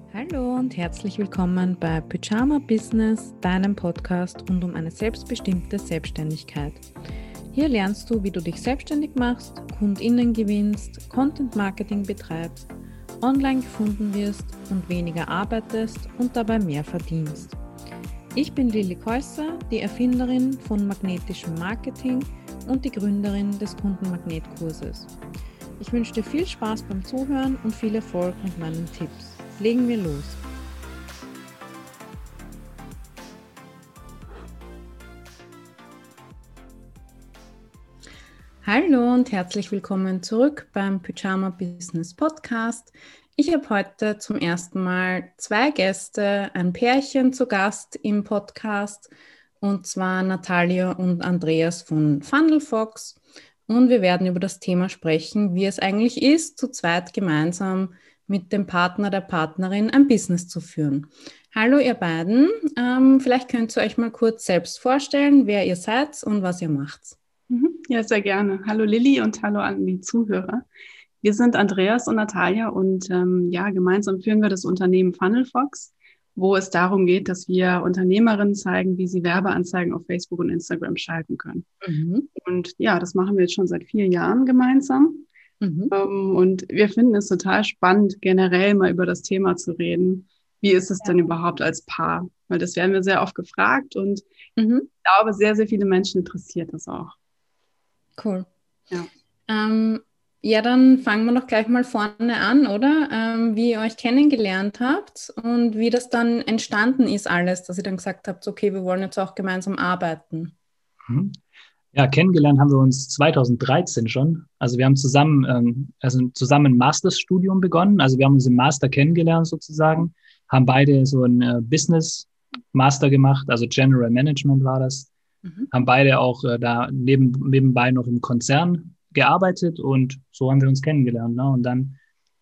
Hallo und herzlich willkommen bei Pyjama Business, deinem Podcast rund um eine selbstbestimmte Selbstständigkeit. Hier lernst du, wie du dich selbstständig machst, KundInnen gewinnst, Content Marketing betreibst, online gefunden wirst und weniger arbeitest und dabei mehr verdienst. Ich bin Lilly Käusser, die Erfinderin von magnetischem Marketing und die Gründerin des Kundenmagnetkurses. Ich wünsche dir viel Spaß beim Zuhören und viel Erfolg mit meinen Tipps. Legen wir los. Hallo und herzlich willkommen zurück beim Pyjama Business Podcast. Ich habe heute zum ersten Mal 2 Gäste, ein Pärchen zu Gast im Podcast, und zwar Natalia und Andreas von FunnelFox. Und wir werden über das Thema sprechen, wie es eigentlich ist, zu zweit gemeinsam mit dem Partner, der Partnerin ein Business zu führen. Hallo ihr beiden, vielleicht könnt ihr euch mal kurz selbst vorstellen, wer ihr seid und was ihr macht. Ja, sehr gerne. Hallo Lilly und hallo an die Zuhörer. Wir sind Andreas und Natalia und gemeinsam führen wir das Unternehmen FunnelFox, wo es darum geht, dass wir Unternehmerinnen zeigen, wie sie Werbeanzeigen auf Facebook und Instagram schalten können. Und ja, das machen wir jetzt schon seit 4 Jahren gemeinsam. Und wir finden es total spannend, generell mal über das Thema zu reden. Wie ist es denn überhaupt als Paar? Weil das werden wir sehr oft gefragt und ich glaube, sehr, sehr viele Menschen interessiert das auch. Cool. Ja, dann fangen wir doch gleich mal vorne an, oder? Wie ihr euch kennengelernt habt und wie das dann entstanden ist alles, dass ihr dann gesagt habt, okay, wir wollen jetzt auch gemeinsam arbeiten. Ja, kennengelernt haben wir uns 2013 schon. Also wir haben zusammen ein Masterstudium begonnen. Also wir haben uns im Master kennengelernt sozusagen, haben beide so ein Business Master gemacht, also General Management war das. Haben beide auch da nebenbei noch im Konzern gearbeitet und so haben wir uns kennengelernt. Ne? Und dann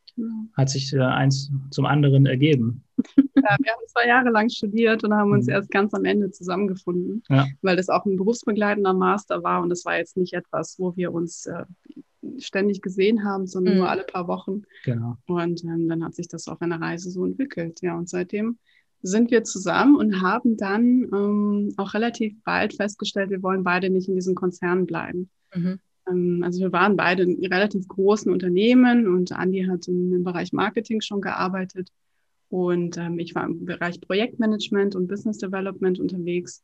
hat sich eins zum anderen ergeben. Ja, wir haben 2 Jahre lang studiert und haben uns erst ganz am Ende zusammengefunden, weil das auch ein berufsbegleitender Master war und das war jetzt nicht etwas, wo wir uns ständig gesehen haben, sondern nur alle paar Wochen. Genau. Und dann hat sich das auf einer Reise so entwickelt. Ja, und seitdem sind wir zusammen und haben dann auch relativ bald festgestellt, wir wollen beide nicht in diesem Konzern bleiben. Also wir waren beide in relativ großen Unternehmen und Andi hat im Bereich Marketing schon gearbeitet und ich war im Bereich Projektmanagement und Business Development unterwegs.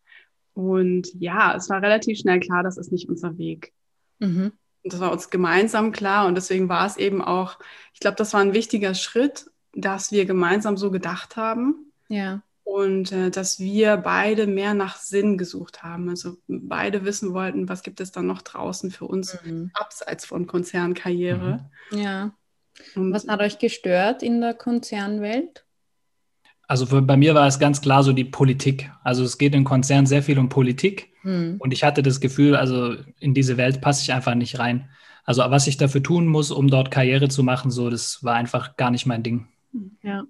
Und ja, es war relativ schnell klar, das ist nicht unser Weg. Und das war uns gemeinsam klar und deswegen war es eben auch, ich glaube, das war ein wichtiger Schritt, dass wir gemeinsam so gedacht haben. Ja. Und dass wir beide mehr nach Sinn gesucht haben. Also beide wissen wollten, was gibt es dann noch draußen für uns abseits von Konzernkarriere. Ja. Und was hat euch gestört in der Konzernwelt? Also bei mir war es ganz klar so die Politik. Also es geht im Konzern sehr viel um Politik. Und ich hatte das Gefühl, also in diese Welt passe ich einfach nicht rein. Also was ich dafür tun muss, um dort Karriere zu machen, so das war einfach gar nicht mein Ding. Ja.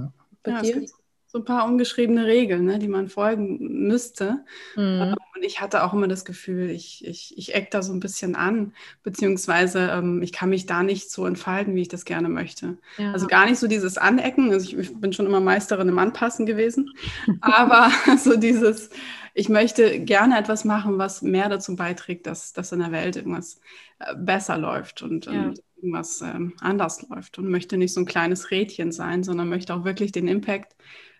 Bei dir? So ein paar ungeschriebene Regeln, ne, die man folgen müsste. Und ich hatte auch immer das Gefühl, ich eck da so ein bisschen an, beziehungsweise ich kann mich da nicht so entfalten, wie ich das gerne möchte. Ja. Also gar nicht so dieses Anecken, also ich bin schon immer Meisterin im Anpassen gewesen, aber so dieses, ich möchte gerne etwas machen, was mehr dazu beiträgt, dass in der Welt irgendwas besser läuft und irgendwas anders läuft und möchte nicht so ein kleines Rädchen sein, sondern möchte auch wirklich den Impact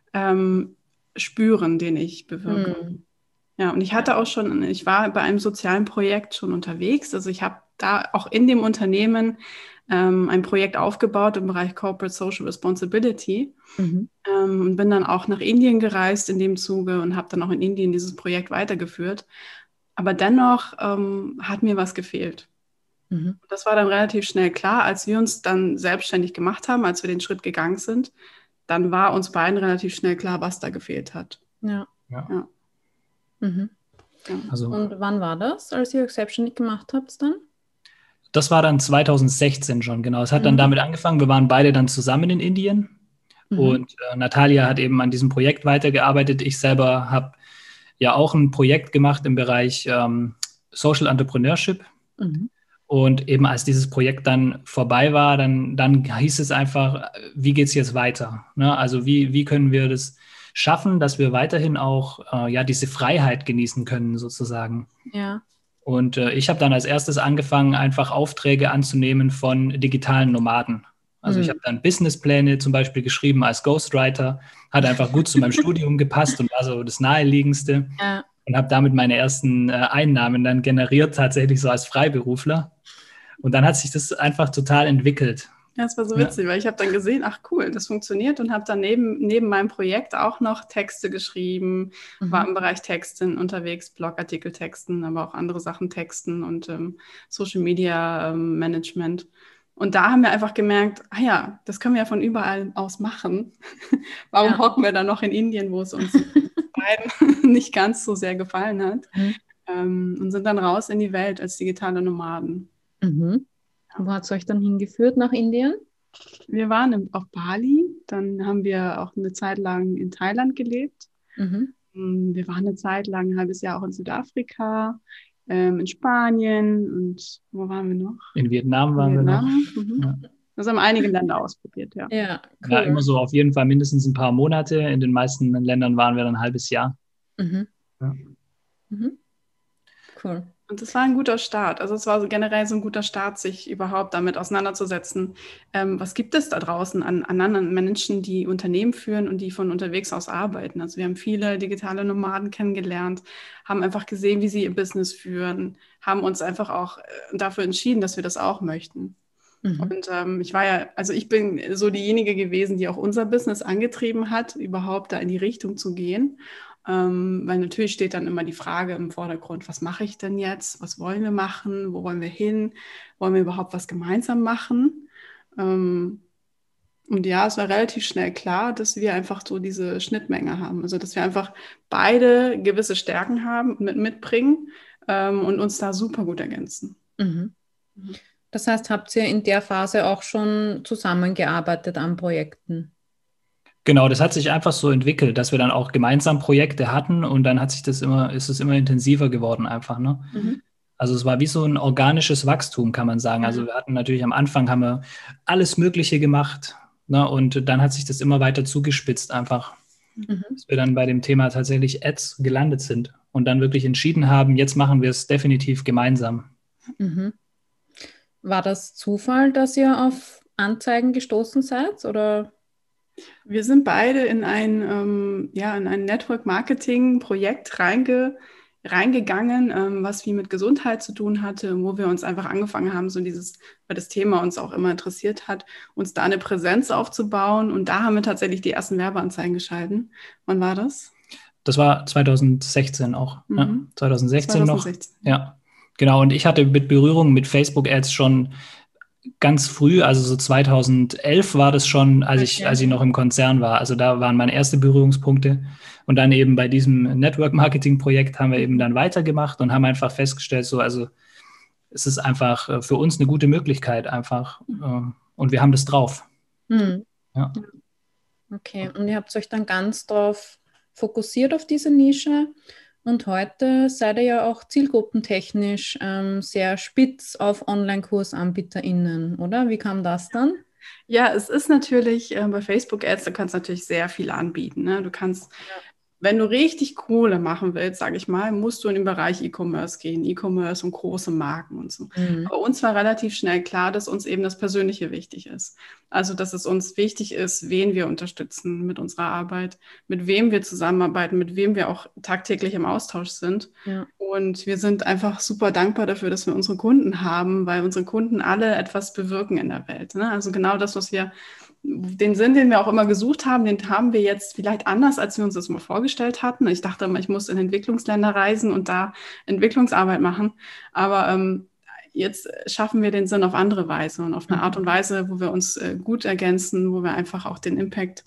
spüren, den ich bewirke. Ja, und ich war bei einem sozialen Projekt schon unterwegs. Also ich habe da auch in dem Unternehmen ein Projekt aufgebaut im Bereich Corporate Social Responsibility und bin dann auch nach Indien gereist in dem Zuge und habe dann auch in Indien dieses Projekt weitergeführt. Aber dennoch hat mir was gefehlt. Das war dann relativ schnell klar, als wir uns dann selbstständig gemacht haben, als wir den Schritt gegangen sind. Dann war uns beiden relativ schnell klar, was da gefehlt hat. Ja. Also, und wann war das, als ihr euch selbstständig gemacht habt dann? Das war dann 2016 schon, genau. Es hat dann damit angefangen, wir waren beide dann zusammen in Indien und Natalia hat eben an diesem Projekt weitergearbeitet. Ich selber habe ja auch ein Projekt gemacht im Bereich Social Entrepreneurship Und eben als dieses Projekt dann vorbei war, dann hieß es einfach, wie geht es jetzt weiter? Ne? Also wie können wir das schaffen, dass wir weiterhin auch diese Freiheit genießen können sozusagen. Ja. Und ich habe dann als erstes angefangen, einfach Aufträge anzunehmen von digitalen Nomaden. Also ich habe dann Businesspläne zum Beispiel geschrieben als Ghostwriter, hat einfach gut zu meinem Studium gepasst und war so das Naheliegendste. Ja. Und habe damit meine ersten Einnahmen dann generiert, tatsächlich so als Freiberufler. Und dann hat sich das einfach total entwickelt. Ja, das war so witzig, weil ich habe dann gesehen, ach cool, das funktioniert und habe dann neben meinem Projekt auch noch Texte geschrieben, war im Bereich Texten unterwegs, Blogartikel texten, aber auch andere Sachen texten und Social Media Management. Und da haben wir einfach gemerkt, das können wir ja von überall aus machen. Warum hocken wir dann noch in Indien, wo es uns beiden nicht ganz so sehr gefallen hat? Und sind dann raus in die Welt als digitale Nomaden. Wo hat es euch dann hingeführt nach Indien? Wir waren auf Bali, dann haben wir auch eine Zeit lang in Thailand gelebt. Wir waren eine Zeit lang, ein halbes Jahr auch in Südafrika, in Spanien und wo waren wir noch? In Vietnam waren wir noch. Ja. Also haben einige Länder ausprobiert, ja. Ja, cool. Ja, immer so auf jeden Fall mindestens ein paar Monate. In den meisten Ländern waren wir dann ein halbes Jahr. Ja. Cool. Und das war ein guter Start. Also es war so generell so ein guter Start, sich überhaupt damit auseinanderzusetzen. Was gibt es da draußen an anderen Menschen, die Unternehmen führen und die von unterwegs aus arbeiten? Also wir haben viele digitale Nomaden kennengelernt, haben einfach gesehen, wie sie ihr Business führen, haben uns einfach auch dafür entschieden, dass wir das auch möchten. Und ich bin so diejenige gewesen, die auch unser Business angetrieben hat, überhaupt da in die Richtung zu gehen. Weil natürlich steht dann immer die Frage im Vordergrund, was mache ich denn jetzt? Was wollen wir machen? Wo wollen wir hin? Wollen wir überhaupt was gemeinsam machen? Und ja, es war relativ schnell klar, dass wir einfach so diese Schnittmenge haben. Also dass wir einfach beide gewisse Stärken haben und mitbringen und uns da super gut ergänzen. Das heißt, habt ihr in der Phase auch schon zusammengearbeitet an Projekten? Genau, das hat sich einfach so entwickelt, dass wir dann auch gemeinsam Projekte hatten und dann ist es immer intensiver geworden einfach, ne? Also es war wie so ein organisches Wachstum, kann man sagen. Also wir hatten natürlich am Anfang haben wir alles Mögliche gemacht, ne? Und dann hat sich das immer weiter zugespitzt einfach, bis wir dann bei dem Thema tatsächlich Ads gelandet sind und dann wirklich entschieden haben, jetzt machen wir es definitiv gemeinsam. War das Zufall, dass ihr auf Anzeigen gestoßen seid, oder? Wir sind beide in ein Network-Marketing-Projekt reingegangen, was viel mit Gesundheit zu tun hatte, wo wir uns einfach angefangen haben, weil das Thema uns auch immer interessiert hat, uns da eine Präsenz aufzubauen. Und da haben wir tatsächlich die ersten Werbeanzeigen geschalten. Wann war das? Das war 2016 auch. Ja, 2016 noch. Ja, genau. Und ich hatte mit Berührung mit Facebook-Ads schon ganz früh, also so 2011 war das schon, als ich noch im Konzern war. Also da waren meine ersten Berührungspunkte. Und dann eben bei diesem Network-Marketing-Projekt haben wir eben dann weitergemacht und haben einfach festgestellt, es ist einfach für uns eine gute Möglichkeit einfach. Und wir haben das drauf. Ja. Okay, und ihr habt euch dann ganz drauf fokussiert auf diese Nische. Und heute seid ihr ja auch zielgruppentechnisch sehr spitz auf Online-KursanbieterInnen, oder? Wie kam das dann? Ja, es ist natürlich bei Facebook-Ads, du kannst natürlich sehr viel anbieten. Ne? Du kannst, wenn du richtig Kohle machen willst, sage ich mal, musst du in den Bereich E-Commerce gehen, E-Commerce und große Marken und so. Aber uns war relativ schnell klar, dass uns eben das Persönliche wichtig ist. Also, dass es uns wichtig ist, wen wir unterstützen mit unserer Arbeit, mit wem wir zusammenarbeiten, mit wem wir auch tagtäglich im Austausch sind. Ja. Und wir sind einfach super dankbar dafür, dass wir unsere Kunden haben, weil unsere Kunden alle etwas bewirken in der Welt. Ne? Also genau das, den Sinn, den wir auch immer gesucht haben, den haben wir jetzt vielleicht anders, als wir uns das mal vorgestellt hatten. Ich dachte immer, ich muss in Entwicklungsländer reisen und da Entwicklungsarbeit machen. Aber jetzt schaffen wir den Sinn auf andere Weise und auf eine Art und Weise, wo wir uns gut ergänzen, wo wir einfach auch den Impact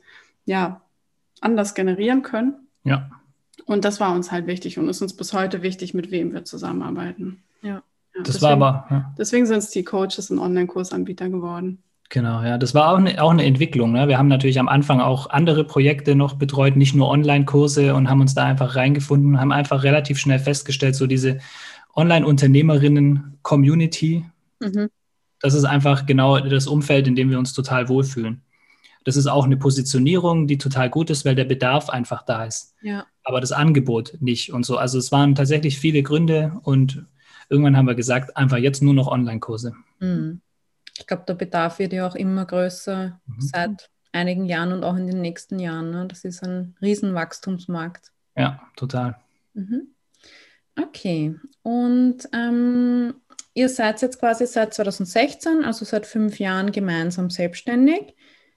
anders generieren können. Ja. Und das war uns halt wichtig und ist uns bis heute wichtig, mit wem wir zusammenarbeiten. Ja. Deswegen sind es die Coaches und Online-Kursanbieter geworden. Genau, ja, das war auch eine Entwicklung. Ne? Wir haben natürlich am Anfang auch andere Projekte noch betreut, nicht nur Online-Kurse und haben uns da einfach reingefunden, haben einfach relativ schnell festgestellt, so diese Online-Unternehmerinnen-Community, Mhm. Das ist einfach genau das Umfeld, in dem wir uns total wohlfühlen. Das ist auch eine Positionierung, die total gut ist, weil der Bedarf einfach da ist. Ja. Aber das Angebot nicht und so. Also es waren tatsächlich viele Gründe und irgendwann haben wir gesagt, einfach jetzt nur noch Online-Kurse. Mhm. Ich glaube, der Bedarf wird ja auch immer größer seit einigen Jahren und auch in den nächsten Jahren. Ne? Das ist ein Riesenwachstumsmarkt. Ja, total. Mhm. Okay. Und ihr seid jetzt quasi seit 2016, also seit 5 Jahren gemeinsam selbstständig.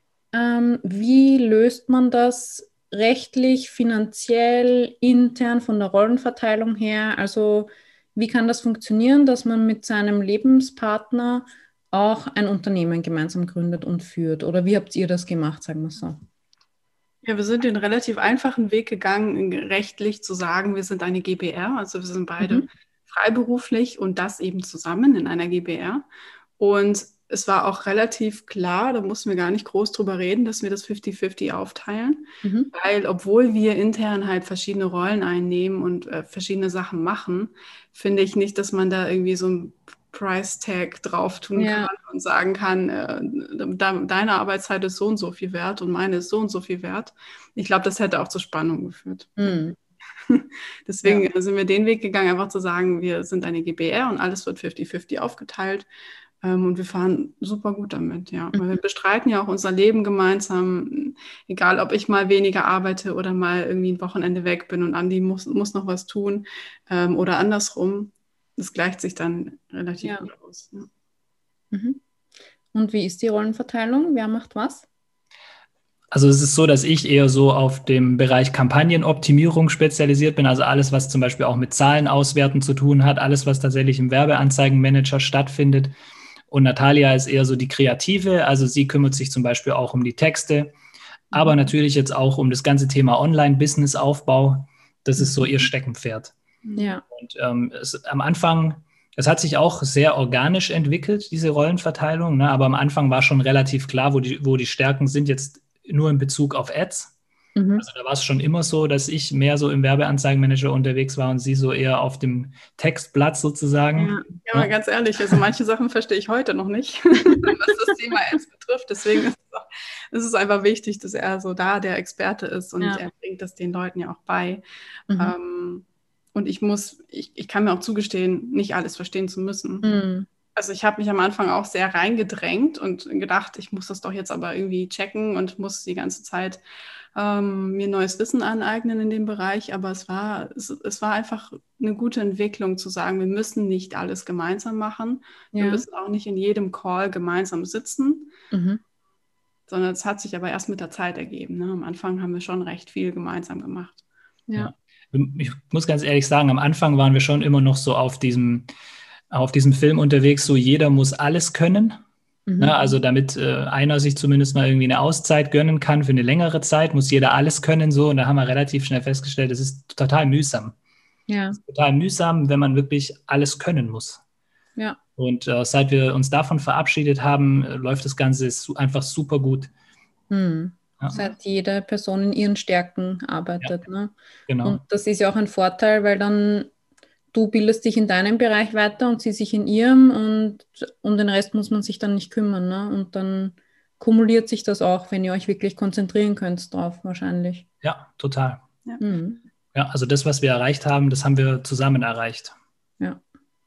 Wie löst man das rechtlich, finanziell, intern von der Rollenverteilung her? Also wie kann das funktionieren, dass man mit seinem Lebenspartner auch ein Unternehmen gemeinsam gründet und führt? Oder wie habt ihr das gemacht, sagen wir so? Ja, wir sind den relativ einfachen Weg gegangen, rechtlich zu sagen, wir sind eine GbR, also wir sind beide freiberuflich und das eben zusammen in einer GbR. Und es war auch relativ klar, da mussten wir gar nicht groß drüber reden, dass wir das 50-50 aufteilen, weil obwohl wir intern halt verschiedene Rollen einnehmen und verschiedene Sachen machen, finde ich nicht, dass man da irgendwie so ein Price Tag drauf tun kann und sagen kann, deine Arbeitszeit ist so und so viel wert und meine ist so und so viel wert. Ich glaube, das hätte auch zur Spannung geführt. Deswegen sind wir den Weg gegangen, einfach zu sagen, wir sind eine GbR und alles wird 50-50 aufgeteilt. Und wir fahren super gut damit, ja. Weil wir bestreiten ja auch unser Leben gemeinsam, egal ob ich mal weniger arbeite oder mal irgendwie ein Wochenende weg bin und Andi muss noch was tun oder andersrum. Das gleicht sich dann relativ gut aus. Ja. Und wie ist die Rollenverteilung? Wer macht was? Also es ist so, dass ich eher so auf dem Bereich Kampagnenoptimierung spezialisiert bin, also alles, was zum Beispiel auch mit Zahlen auswerten zu tun hat, alles, was tatsächlich im Werbeanzeigenmanager stattfindet. Und Natalia ist eher so die Kreative, also sie kümmert sich zum Beispiel auch um die Texte, aber natürlich jetzt auch um das ganze Thema Online-Business-Aufbau. Das ist so ihr Steckenpferd. Ja. Und am Anfang, es hat sich auch sehr organisch entwickelt, diese Rollenverteilung, ne? Aber am Anfang war schon relativ klar, wo die Stärken sind, jetzt nur in Bezug auf Ads. Also da war es schon immer so, dass ich mehr so im Werbeanzeigenmanager unterwegs war und sie so eher auf dem Textblatt sozusagen. Ja, aber ganz ehrlich, also manche Sachen verstehe ich heute noch nicht, was das Thema Ads betrifft. Deswegen ist es einfach wichtig, dass er so da der Experte ist und er bringt das den Leuten ja auch bei. Und ich kann mir auch zugestehen, nicht alles verstehen zu müssen. Also ich habe mich am Anfang auch sehr reingedrängt und gedacht, ich muss das doch jetzt aber irgendwie checken und muss die ganze Zeit mir neues Wissen aneignen in dem Bereich. Aber es war einfach eine gute Entwicklung zu sagen, wir müssen nicht alles gemeinsam machen. Wir müssen auch nicht in jedem Call gemeinsam sitzen, sondern es hat sich aber erst mit der Zeit ergeben. Ne? Am Anfang haben wir schon recht viel gemeinsam gemacht. Ja. Ich muss ganz ehrlich sagen, am Anfang waren wir schon immer noch so auf diesem Film unterwegs, so jeder muss alles können. Ne, also damit einer sich zumindest mal irgendwie eine Auszeit gönnen kann für eine längere Zeit, muss jeder alles können so. Und da haben wir relativ schnell festgestellt, das ist total mühsam. Ja. Das ist total mühsam, wenn man wirklich alles können muss. Ja. Und seit wir uns davon verabschiedet haben, läuft das Ganze einfach super gut. Ja. Seit jede Person in ihren Stärken arbeitet. Ne? Genau. Und das ist ja auch ein Vorteil, weil dann du bildest dich in deinem Bereich weiter und sie sich in ihrem und um den Rest muss man sich dann nicht kümmern. Ne? Und dann kumuliert sich das auch, wenn ihr euch wirklich konzentrieren könnt drauf wahrscheinlich. Ja, total. Ja, also das, was wir erreicht haben, das haben wir zusammen erreicht. Ja.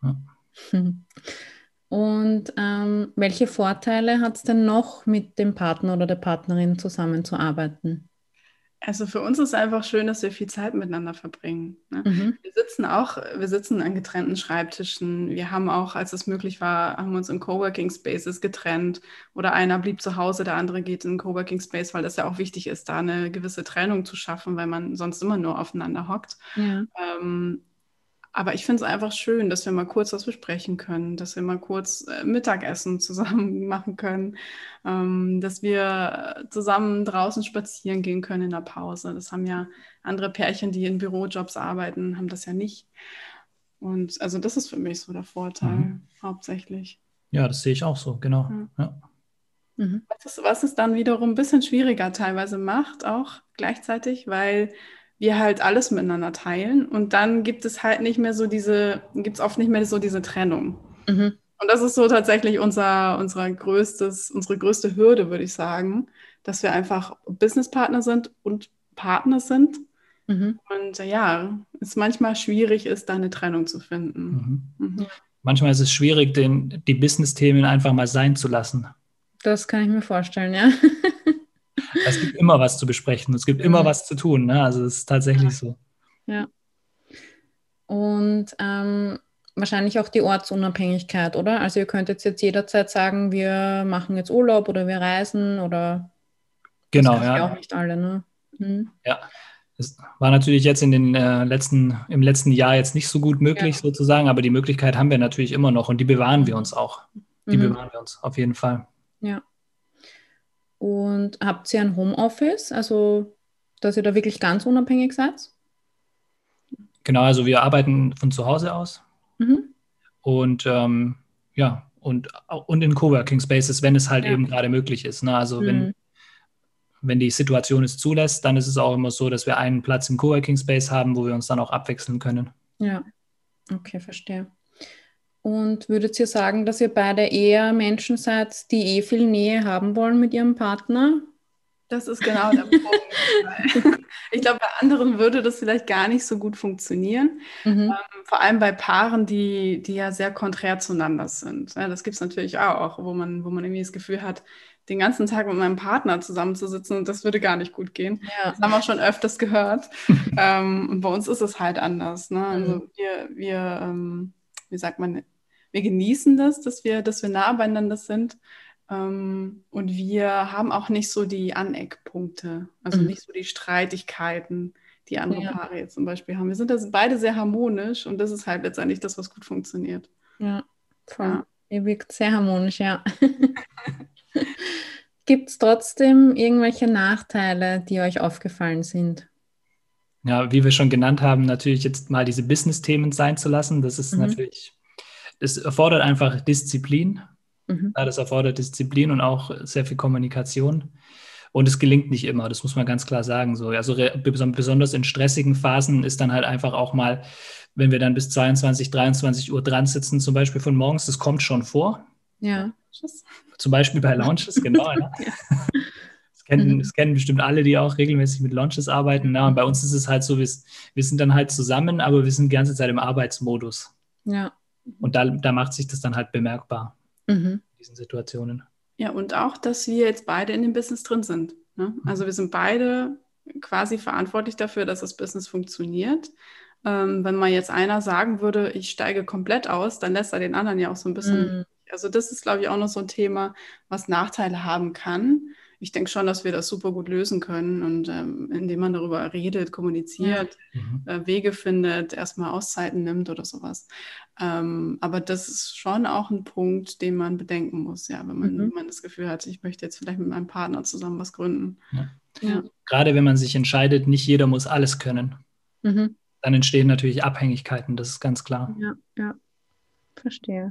Und welche Vorteile hat es denn noch, mit dem Partner oder der Partnerin zusammenzuarbeiten? Also für uns ist es einfach schön, dass wir viel Zeit miteinander verbringen. Ne? Wir sitzen an getrennten Schreibtischen. Wir haben auch, als es möglich war, haben wir uns in Coworking Spaces getrennt. Oder einer blieb zu Hause, der andere geht in einen Coworking Space, weil das ja auch wichtig ist, da eine gewisse Trennung zu schaffen, weil man sonst immer nur aufeinander hockt. Ja. Aber ich finde es einfach schön, dass wir mal kurz was besprechen können, dass wir mal kurz Mittagessen zusammen machen können, dass wir zusammen draußen spazieren gehen können in der Pause. Das haben ja andere Pärchen, die in Bürojobs arbeiten, haben das ja nicht. Und also das ist für mich so der Vorteil, hauptsächlich. Ja, das sehe ich auch so, genau. Ja. Was es dann wiederum ein bisschen schwieriger teilweise macht, auch gleichzeitig, weil wir halt alles miteinander teilen und dann gibt es halt nicht mehr so gibt's oft nicht mehr so diese Trennung. Und das ist so tatsächlich unsere größte Hürde, würde ich sagen, dass wir einfach Businesspartner sind und Partner sind. Und ja, es manchmal schwierig ist, da eine Trennung zu finden. Manchmal ist es schwierig, die Business-Themen einfach mal sein zu lassen. Das kann ich mir vorstellen, ja. Es gibt immer was zu besprechen, es gibt immer was zu tun. Ne? Also es ist tatsächlich so. Ja. Und wahrscheinlich auch die Ortsunabhängigkeit, oder? Also ihr könntet jetzt jederzeit sagen, wir machen jetzt Urlaub oder wir reisen oder genau, das können ja auch nicht alle, ne? Ja, es war natürlich jetzt im letzten Jahr jetzt nicht so gut möglich sozusagen, aber die Möglichkeit haben wir natürlich immer noch und die bewahren wir uns auch. Die bewahren wir uns auf jeden Fall. Ja. Und habt ihr ein Homeoffice, also dass ihr da wirklich ganz unabhängig seid? Genau, also wir arbeiten von zu Hause aus und und in Coworking Spaces, wenn es halt eben gerade möglich ist. Ne? Also wenn die Situation es zulässt, dann ist es auch immer so, dass wir einen Platz im Coworking Space haben, wo wir uns dann auch abwechseln können. Ja, okay, verstehe. Und würdet ihr sagen, dass ihr beide eher Menschen seid, die viel Nähe haben wollen mit ihrem Partner? Das ist genau der Punkt. Ich glaube, bei anderen würde das vielleicht gar nicht so gut funktionieren. Vor allem bei Paaren, die ja sehr konträr zueinander sind. Ja, das gibt es natürlich auch, wo man irgendwie das Gefühl hat, den ganzen Tag mit meinem Partner zusammenzusitzen und das würde gar nicht gut gehen. Ja. Das haben wir auch schon öfters gehört. Und bei uns ist es halt anders. Ne? Also wie sagt man, wir genießen das, dass wir nah beieinander sind. Und wir haben auch nicht so die Aneckpunkte, also nicht so die Streitigkeiten, die andere Paare jetzt zum Beispiel haben. Wir sind das beide sehr harmonisch und das ist halt letztendlich das, was gut funktioniert. Ja, voll. Ja. Ihr wirkt sehr harmonisch, ja. Gibt es trotzdem irgendwelche Nachteile, die euch aufgefallen sind? Ja, wie wir schon genannt haben, natürlich jetzt mal diese Business-Themen sein zu lassen. Das ist natürlich, das erfordert einfach Disziplin. Ja, das erfordert Disziplin und auch sehr viel Kommunikation. Und es gelingt nicht immer, das muss man ganz klar sagen. So. Also besonders in stressigen Phasen ist dann halt einfach auch mal, wenn wir dann bis 22, 23 Uhr dran sitzen, zum Beispiel von morgens, das kommt schon vor. Ja. Zum Beispiel bei Launches, genau. Ja. Das kennen bestimmt alle, die auch regelmäßig mit Launches arbeiten. Na, und bei uns ist es halt so, wir sind dann halt zusammen, aber wir sind die ganze Zeit im Arbeitsmodus. Ja. Und da macht sich das dann halt bemerkbar in diesen Situationen. Ja, und auch, dass wir jetzt beide in dem Business drin sind. Ne? Also wir sind beide quasi verantwortlich dafür, dass das Business funktioniert. Wenn mal jetzt einer sagen würde, ich steige komplett aus, dann lässt er den anderen ja auch so ein bisschen. Also das ist, glaube ich, auch noch so ein Thema, was Nachteile haben kann. Ich denke schon, dass wir das super gut lösen können und indem man darüber redet, kommuniziert, Wege findet, erstmal Auszeiten nimmt oder sowas. Aber das ist schon auch ein Punkt, den man bedenken muss, ja, wenn man das Gefühl hat, ich möchte jetzt vielleicht mit meinem Partner zusammen was gründen. Ja. Gerade wenn man sich entscheidet, nicht jeder muss alles können. Dann entstehen natürlich Abhängigkeiten, das ist ganz klar. Ja. Verstehe.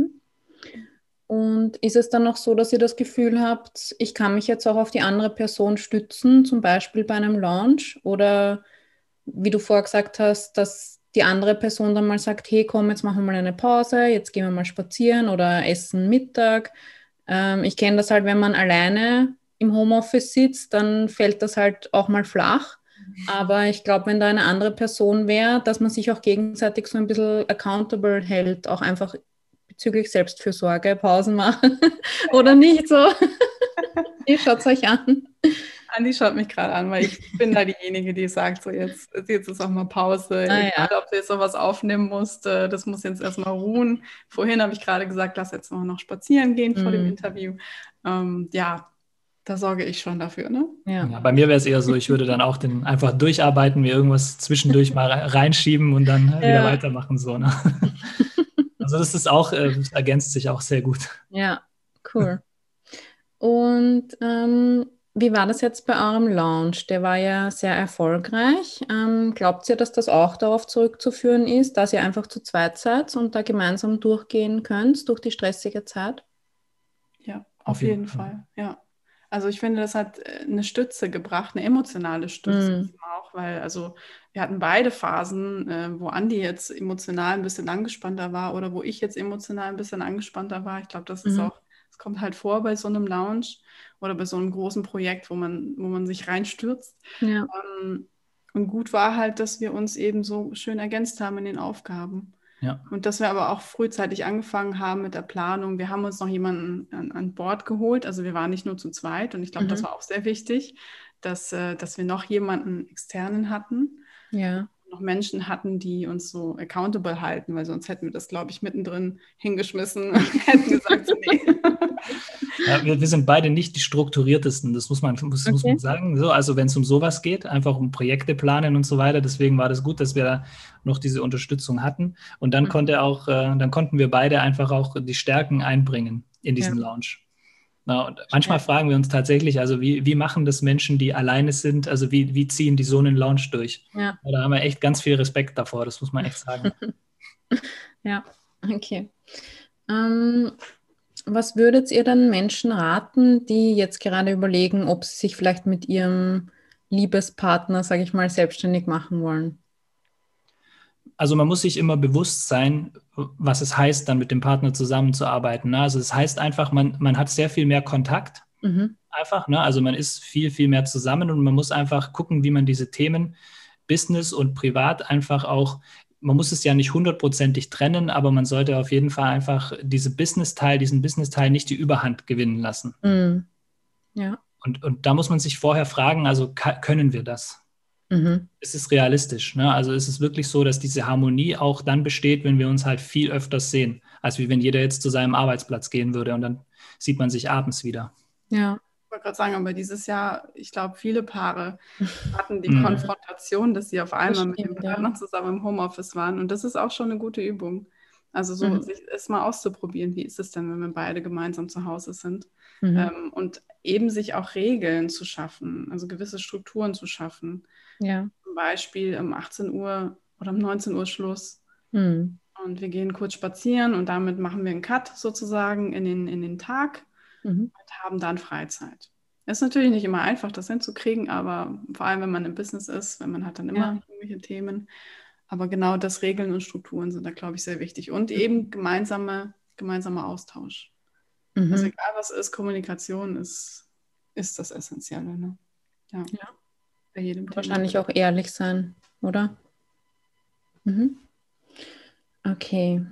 Und ist es dann noch so, dass ihr das Gefühl habt, ich kann mich jetzt auch auf die andere Person stützen, zum Beispiel bei einem Launch? Oder wie du vorher gesagt hast, dass die andere Person dann mal sagt, hey, komm, jetzt machen wir mal eine Pause, jetzt gehen wir mal spazieren oder essen Mittag. Ich kenne das halt, wenn man alleine im Homeoffice sitzt, dann fällt das halt auch mal flach. Aber ich glaube, wenn da eine andere Person wäre, dass man sich auch gegenseitig so ein bisschen accountable hält, auch einfach bezüglich Selbstfürsorge, Pausen machen oder nicht so. Ihr schaut es euch an. Andi schaut mich gerade an, weil ich bin da diejenige, die sagt, so jetzt ist auch mal Pause. Egal, ob du jetzt noch was aufnehmen musst, das muss jetzt erstmal ruhen. Vorhin habe ich gerade gesagt, lass jetzt noch spazieren gehen vor dem Interview. Da sorge ich schon dafür, ne? Ja, bei mir wäre es eher so, ich würde dann auch einfach durcharbeiten, mir irgendwas zwischendurch mal reinschieben und dann wieder weitermachen. So, ne? Also das ist auch, das ergänzt sich auch sehr gut. Ja, cool. Und wie war das jetzt bei eurem Launch? Der war ja sehr erfolgreich. Glaubt ihr, dass das auch darauf zurückzuführen ist, dass ihr einfach zu zweit seid und da gemeinsam durchgehen könnt durch die stressige Zeit? Ja, auf jeden Fall, ja. Also ich finde, das hat eine Stütze gebracht, eine emotionale Stütze auch, weil also wir hatten beide Phasen, wo Andi jetzt emotional ein bisschen angespannter war oder wo ich jetzt emotional ein bisschen angespannter war. Ich glaube, das ist auch, es kommt halt vor bei so einem Lounge oder bei so einem großen Projekt, wo man sich reinstürzt. Ja. Und gut war halt, dass wir uns eben so schön ergänzt haben in den Aufgaben. Ja. Und dass wir aber auch frühzeitig angefangen haben mit der Planung. Wir haben uns noch jemanden an Bord geholt. Also wir waren nicht nur zu zweit. Und ich glaube, das war auch sehr wichtig, dass wir noch jemanden externen hatten. Ja. Noch Menschen hatten, die uns so accountable halten, weil sonst hätten wir das, glaube ich, mittendrin hingeschmissen und hätten gesagt, nee. Ja, wir sind beide nicht die strukturiertesten, das muss man sagen. So, also wenn es um sowas geht, einfach um Projekte planen und so weiter, deswegen war das gut, dass wir da noch diese Unterstützung hatten. Und dann konnten wir beide einfach auch die Stärken einbringen in diesen Lounge. Na, und manchmal fragen wir uns tatsächlich, also wie machen das Menschen, die alleine sind, also wie ziehen die so einen Lounge durch? Ja. Da haben wir echt ganz viel Respekt davor, das muss man echt sagen. Ja, okay. Was würdet ihr dann Menschen raten, die jetzt gerade überlegen, ob sie sich vielleicht mit ihrem Liebespartner, sage ich mal, selbstständig machen wollen? Also man muss sich immer bewusst sein, was es heißt, dann mit dem Partner zusammenzuarbeiten. Ne? Also es heißt einfach, man hat sehr viel mehr Kontakt. Einfach, ne? Also man ist viel, viel mehr zusammen und man muss einfach gucken, wie man diese Themen Business und Privat einfach auch, man muss es ja nicht 100%ig trennen, aber man sollte auf jeden Fall einfach diesen Business-Teil nicht die Überhand gewinnen lassen. Ja. Und da muss man sich vorher fragen, also können wir das? Ist es realistisch? Ne? Also ist es wirklich so, dass diese Harmonie auch dann besteht, wenn wir uns halt viel öfters sehen, als wie wenn jeder jetzt zu seinem Arbeitsplatz gehen würde und dann sieht man sich abends wieder. Ja. Ich wollte gerade sagen, aber dieses Jahr, ich glaube, viele Paare hatten die Konfrontation, dass sie auf einmal mit dem Partner zusammen im Homeoffice waren. Und das ist auch schon eine gute Übung. Also so sich es mal auszuprobieren, wie ist es denn, wenn wir beide gemeinsam zu Hause sind? Und eben sich auch Regeln zu schaffen, also gewisse Strukturen zu schaffen. Ja. Zum Beispiel um 18 Uhr oder um 19 Uhr Schluss. Und wir gehen kurz spazieren und damit machen wir einen Cut sozusagen in den Tag und haben dann Freizeit. Es ist natürlich nicht immer einfach, das hinzukriegen, aber vor allem, wenn man im Business ist, wenn man hat dann immer irgendwelche Themen. Aber genau das Regeln und Strukturen sind da, glaube ich, sehr wichtig. Und eben gemeinsamer Austausch. Also egal was ist, Kommunikation ist das Essentielle. Ne? Ja. Bei jedem Thema. Wahrscheinlich auch ehrlich sein, oder? Okay.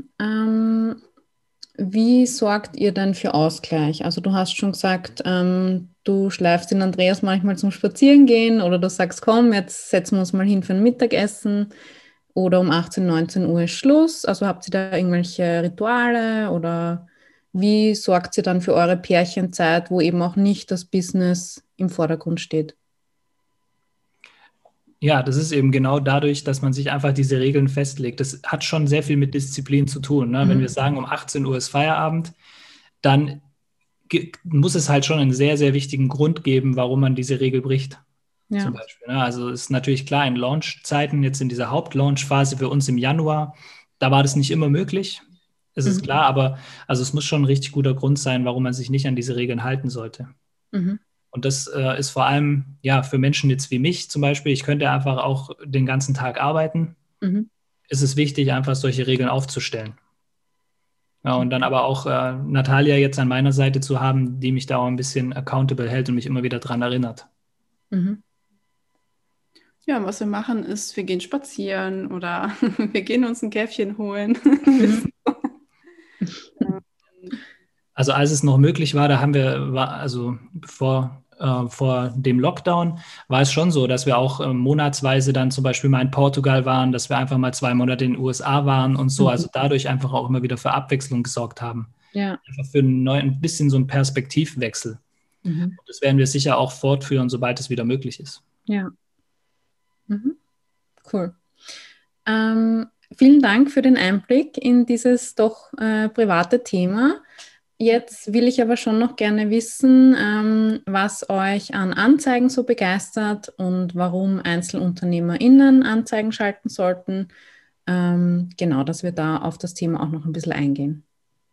Wie sorgt ihr denn für Ausgleich? Also du hast schon gesagt, du schleifst den Andreas manchmal zum Spazierengehen oder du sagst, komm, jetzt setzen wir uns mal hin für ein Mittagessen oder um 18, 19 Uhr ist Schluss. Also habt ihr da irgendwelche Rituale oder wie sorgt ihr dann für eure Pärchenzeit, wo eben auch nicht das Business im Vordergrund steht? Ja, das ist eben genau dadurch, dass man sich einfach diese Regeln festlegt. Das hat schon sehr viel mit Disziplin zu tun. Ne? Wenn wir sagen, um 18 Uhr ist Feierabend, dann muss es halt schon einen sehr, sehr wichtigen Grund geben, warum man diese Regel bricht. Ja. Zum Beispiel. Ne? Also ist natürlich klar, in Launchzeiten, jetzt in dieser Hauptlaunchphase für uns im Januar, da war das nicht immer möglich. Es ist klar, aber also es muss schon ein richtig guter Grund sein, warum man sich nicht an diese Regeln halten sollte. Und das ist vor allem ja für Menschen jetzt wie mich zum Beispiel, ich könnte einfach auch den ganzen Tag arbeiten. Es ist wichtig, einfach solche Regeln aufzustellen. Ja, und dann aber auch Natalia jetzt an meiner Seite zu haben, die mich da auch ein bisschen accountable hält und mich immer wieder dran erinnert. Ja, was wir machen ist, wir gehen spazieren oder wir gehen uns ein Käffchen holen. Also als es noch möglich war, vor dem Lockdown war es schon so, dass wir auch monatsweise dann zum Beispiel mal in Portugal waren, dass wir einfach mal 2 Monate in den USA waren und so, also dadurch einfach auch immer wieder für Abwechslung gesorgt haben. Ja. Einfach für ein bisschen so einen Perspektivwechsel. Und das werden wir sicher auch fortführen, sobald es wieder möglich ist. Ja. Cool. Vielen Dank für den Einblick in dieses doch private Thema. Jetzt will ich aber schon noch gerne wissen, was euch an Anzeigen so begeistert und warum EinzelunternehmerInnen Anzeigen schalten sollten. Genau, dass wir da auf das Thema auch noch ein bisschen eingehen.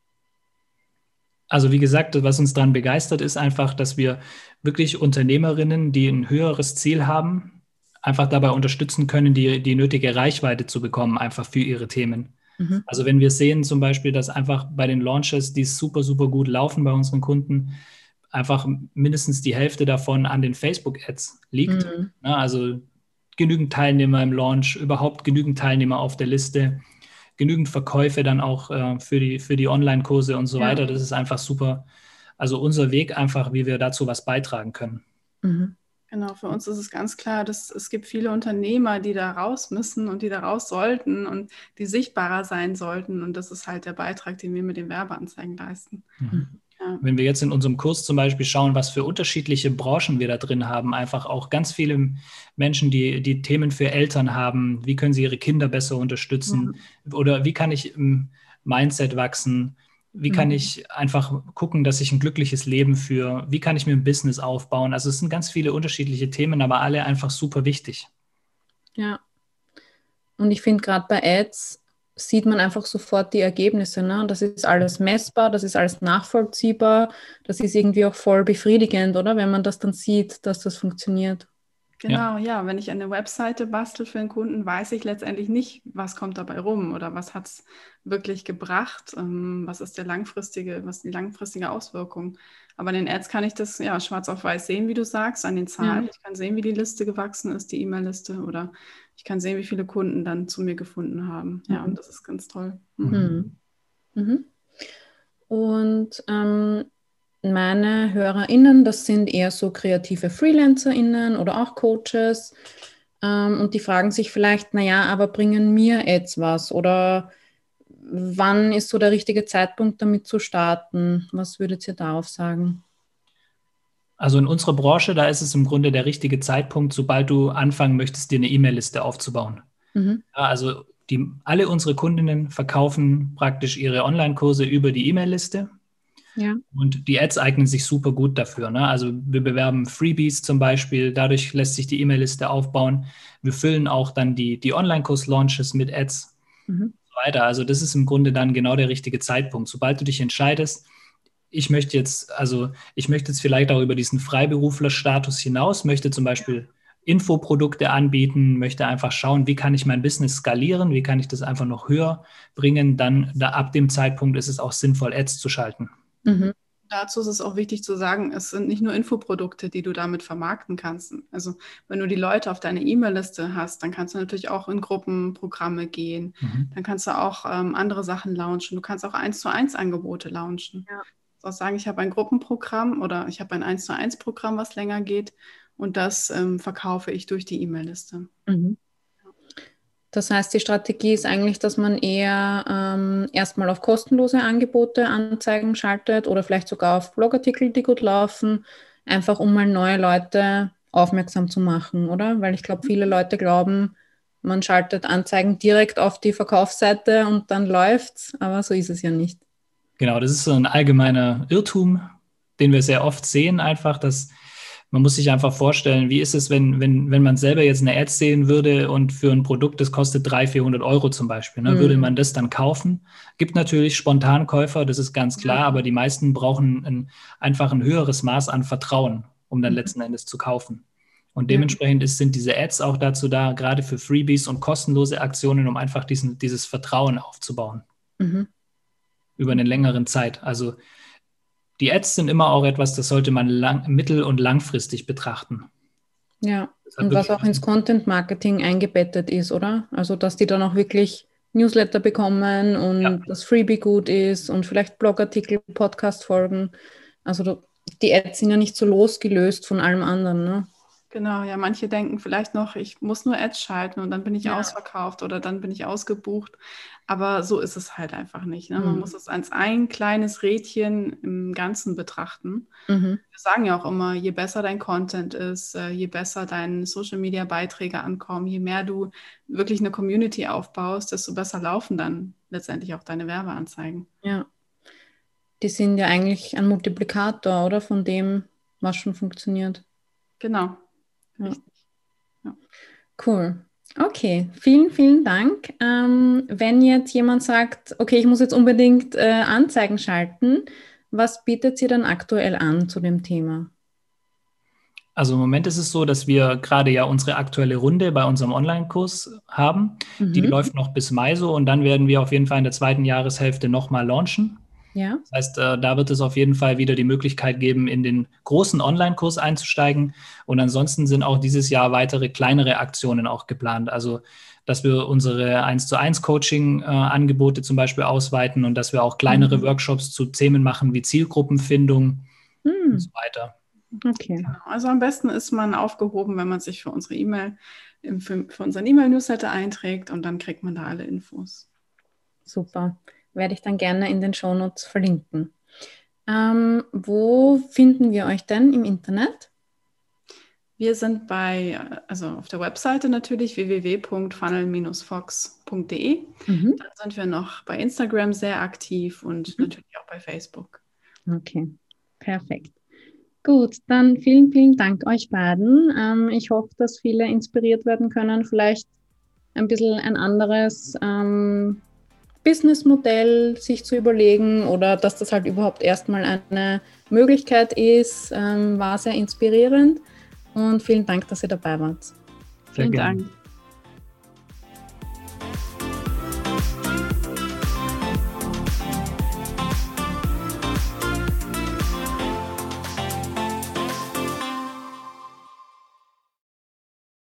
Also wie gesagt, was uns daran begeistert, ist einfach, dass wir wirklich Unternehmerinnen, die ein höheres Ziel haben, einfach dabei unterstützen können, die nötige Reichweite zu bekommen, einfach für ihre Themen. Also wenn wir sehen zum Beispiel, dass einfach bei den Launches, die super, super gut laufen bei unseren Kunden, einfach mindestens die Hälfte davon an den Facebook-Ads liegt. Also genügend Teilnehmer im Launch, überhaupt genügend Teilnehmer auf der Liste, genügend Verkäufe dann auch für die Online-Kurse und so weiter. Das ist einfach super. Also unser Weg einfach, wie wir dazu was beitragen können. Genau, für uns ist es ganz klar, dass es gibt viele Unternehmer, die da raus müssen und die da raus sollten und die sichtbarer sein sollten. Und das ist halt der Beitrag, den wir mit den Werbeanzeigen leisten. Ja. Wenn wir jetzt in unserem Kurs zum Beispiel schauen, was für unterschiedliche Branchen wir da drin haben, einfach auch ganz viele Menschen, die Themen für Eltern haben, wie können sie ihre Kinder besser unterstützen oder wie kann ich im Mindset wachsen, wie kann ich einfach gucken, dass ich ein glückliches Leben führe, wie kann ich mir ein Business aufbauen. Also es sind ganz viele unterschiedliche Themen, aber alle einfach super wichtig. Ja, und ich finde gerade bei Ads sieht man einfach sofort die Ergebnisse. Ne? Das ist alles messbar, das ist alles nachvollziehbar, das ist irgendwie auch voll befriedigend, oder? Wenn man das dann sieht, dass das funktioniert. Genau, ja. Wenn ich eine Webseite bastel für einen Kunden, weiß ich letztendlich nicht, was kommt dabei rum oder was hat es wirklich gebracht, was ist die langfristige Auswirkung. Aber in den Ads kann ich das schwarz auf weiß sehen, wie du sagst, an den Zahlen. Ich kann sehen, wie die Liste gewachsen ist, die E-Mail-Liste, oder ich kann sehen, wie viele Kunden dann zu mir gefunden haben. Ja, und das ist ganz toll. Und meine HörerInnen, das sind eher so kreative FreelancerInnen oder auch Coaches, und die fragen sich vielleicht, naja, aber bringen mir Ads was? Oder wann ist so der richtige Zeitpunkt, damit zu starten? Was würdet ihr darauf sagen? Also in unserer Branche, da ist es im Grunde der richtige Zeitpunkt, sobald du anfangen möchtest, dir eine E-Mail-Liste aufzubauen. Ja, also alle unsere Kundinnen verkaufen praktisch ihre Online-Kurse über die E-Mail-Liste. Ja. Und die Ads eignen sich super gut dafür. Ne? Also wir bewerben Freebies zum Beispiel, dadurch lässt sich die E-Mail-Liste aufbauen. Wir füllen auch dann die Online-Kurs-Launches mit Ads und so weiter. Also das ist im Grunde dann genau der richtige Zeitpunkt. Sobald du dich entscheidest, ich möchte jetzt vielleicht auch über diesen Freiberufler-Status hinaus, möchte zum Beispiel Infoprodukte anbieten, möchte einfach schauen, wie kann ich mein Business skalieren, wie kann ich das einfach noch höher bringen, dann ab dem Zeitpunkt ist es auch sinnvoll, Ads zu schalten. Dazu ist es auch wichtig zu sagen, es sind nicht nur Infoprodukte, die du damit vermarkten kannst. Also wenn du die Leute auf deiner E-Mail-Liste hast, dann kannst du natürlich auch in Gruppenprogramme gehen. Dann kannst du auch andere Sachen launchen. Du kannst auch 1:1 Angebote launchen. Ja. Du kannst auch sagen, ich habe ein Gruppenprogramm oder ich habe ein 1:1 Programm, was länger geht, und das verkaufe ich durch die E-Mail-Liste. Das heißt, die Strategie ist eigentlich, dass man eher erstmal auf kostenlose Angebote Anzeigen schaltet oder vielleicht sogar auf Blogartikel, die gut laufen, einfach um mal neue Leute aufmerksam zu machen, oder? Weil ich glaube, viele Leute glauben, man schaltet Anzeigen direkt auf die Verkaufsseite und dann läuft's, aber so ist es ja nicht. Genau, das ist so ein allgemeiner Irrtum, den wir sehr oft sehen, einfach, dass man muss sich einfach vorstellen, wie ist es, wenn man selber jetzt eine Ad sehen würde und für ein Produkt, das kostet 300-400 Euro zum Beispiel, ne? Würde man das dann kaufen? Gibt natürlich Spontankäufer, das ist ganz klar, aber die meisten brauchen einfach ein höheres Maß an Vertrauen, um dann letzten Endes zu kaufen. Und dementsprechend sind diese Ads auch dazu da, gerade für Freebies und kostenlose Aktionen, um einfach dieses Vertrauen aufzubauen. Über eine längere Zeit. Also die Ads sind immer auch etwas, das sollte man mittel- und langfristig betrachten. Ja, und was auch ins Content-Marketing eingebettet ist, oder? Also, dass die dann auch wirklich Newsletter bekommen und das Freebie gut ist und vielleicht Blogartikel, Podcast-Folgen. Also, die Ads sind ja nicht so losgelöst von allem anderen, ne? Genau, ja, manche denken vielleicht noch, ich muss nur Ads schalten und dann bin ich ausverkauft oder dann bin ich ausgebucht. Aber so ist es halt einfach nicht. Ne? Man muss es als ein kleines Rädchen im Ganzen betrachten. Wir sagen ja auch immer, je besser dein Content ist, je besser deine Social-Media-Beiträge ankommen, je mehr du wirklich eine Community aufbaust, desto besser laufen dann letztendlich auch deine Werbeanzeigen. Ja, die sind ja eigentlich ein Multiplikator, oder? Von dem, was schon funktioniert. Genau. Richtig. Ja. Cool. Okay, vielen, vielen Dank. Wenn jetzt jemand sagt, okay, ich muss jetzt unbedingt Anzeigen schalten, was bietet sie dann aktuell an zu dem Thema? Also im Moment ist es so, dass wir gerade ja unsere aktuelle Runde bei unserem Online-Kurs haben. Die läuft noch bis Mai so und dann werden wir auf jeden Fall in der zweiten Jahreshälfte nochmal launchen. Ja. Das heißt, da wird es auf jeden Fall wieder die Möglichkeit geben, in den großen Online-Kurs einzusteigen. Und ansonsten sind auch dieses Jahr weitere kleinere Aktionen auch geplant. Also, dass wir unsere 1:1 Coaching-Angebote zum Beispiel ausweiten und dass wir auch kleinere Workshops zu Themen machen wie Zielgruppenfindung und so weiter. Okay. Genau. Also am besten ist man aufgehoben, wenn man sich für unsere für unseren E-Mail-Newsletter einträgt und dann kriegt man da alle Infos. Super. Werde ich dann gerne in den Shownotes verlinken. Wo finden wir euch denn im Internet? Wir sind auf der Webseite natürlich www.funnel-fox.de. Dann sind wir noch bei Instagram sehr aktiv und natürlich auch bei Facebook. Okay, perfekt. Gut, dann vielen, vielen Dank euch beiden. Ich hoffe, dass viele inspiriert werden können, vielleicht ein bisschen ein anderes Businessmodell sich zu überlegen oder dass das halt überhaupt erstmal eine Möglichkeit ist, war sehr inspirierend und vielen Dank, dass ihr dabei wart. Sehr gerne.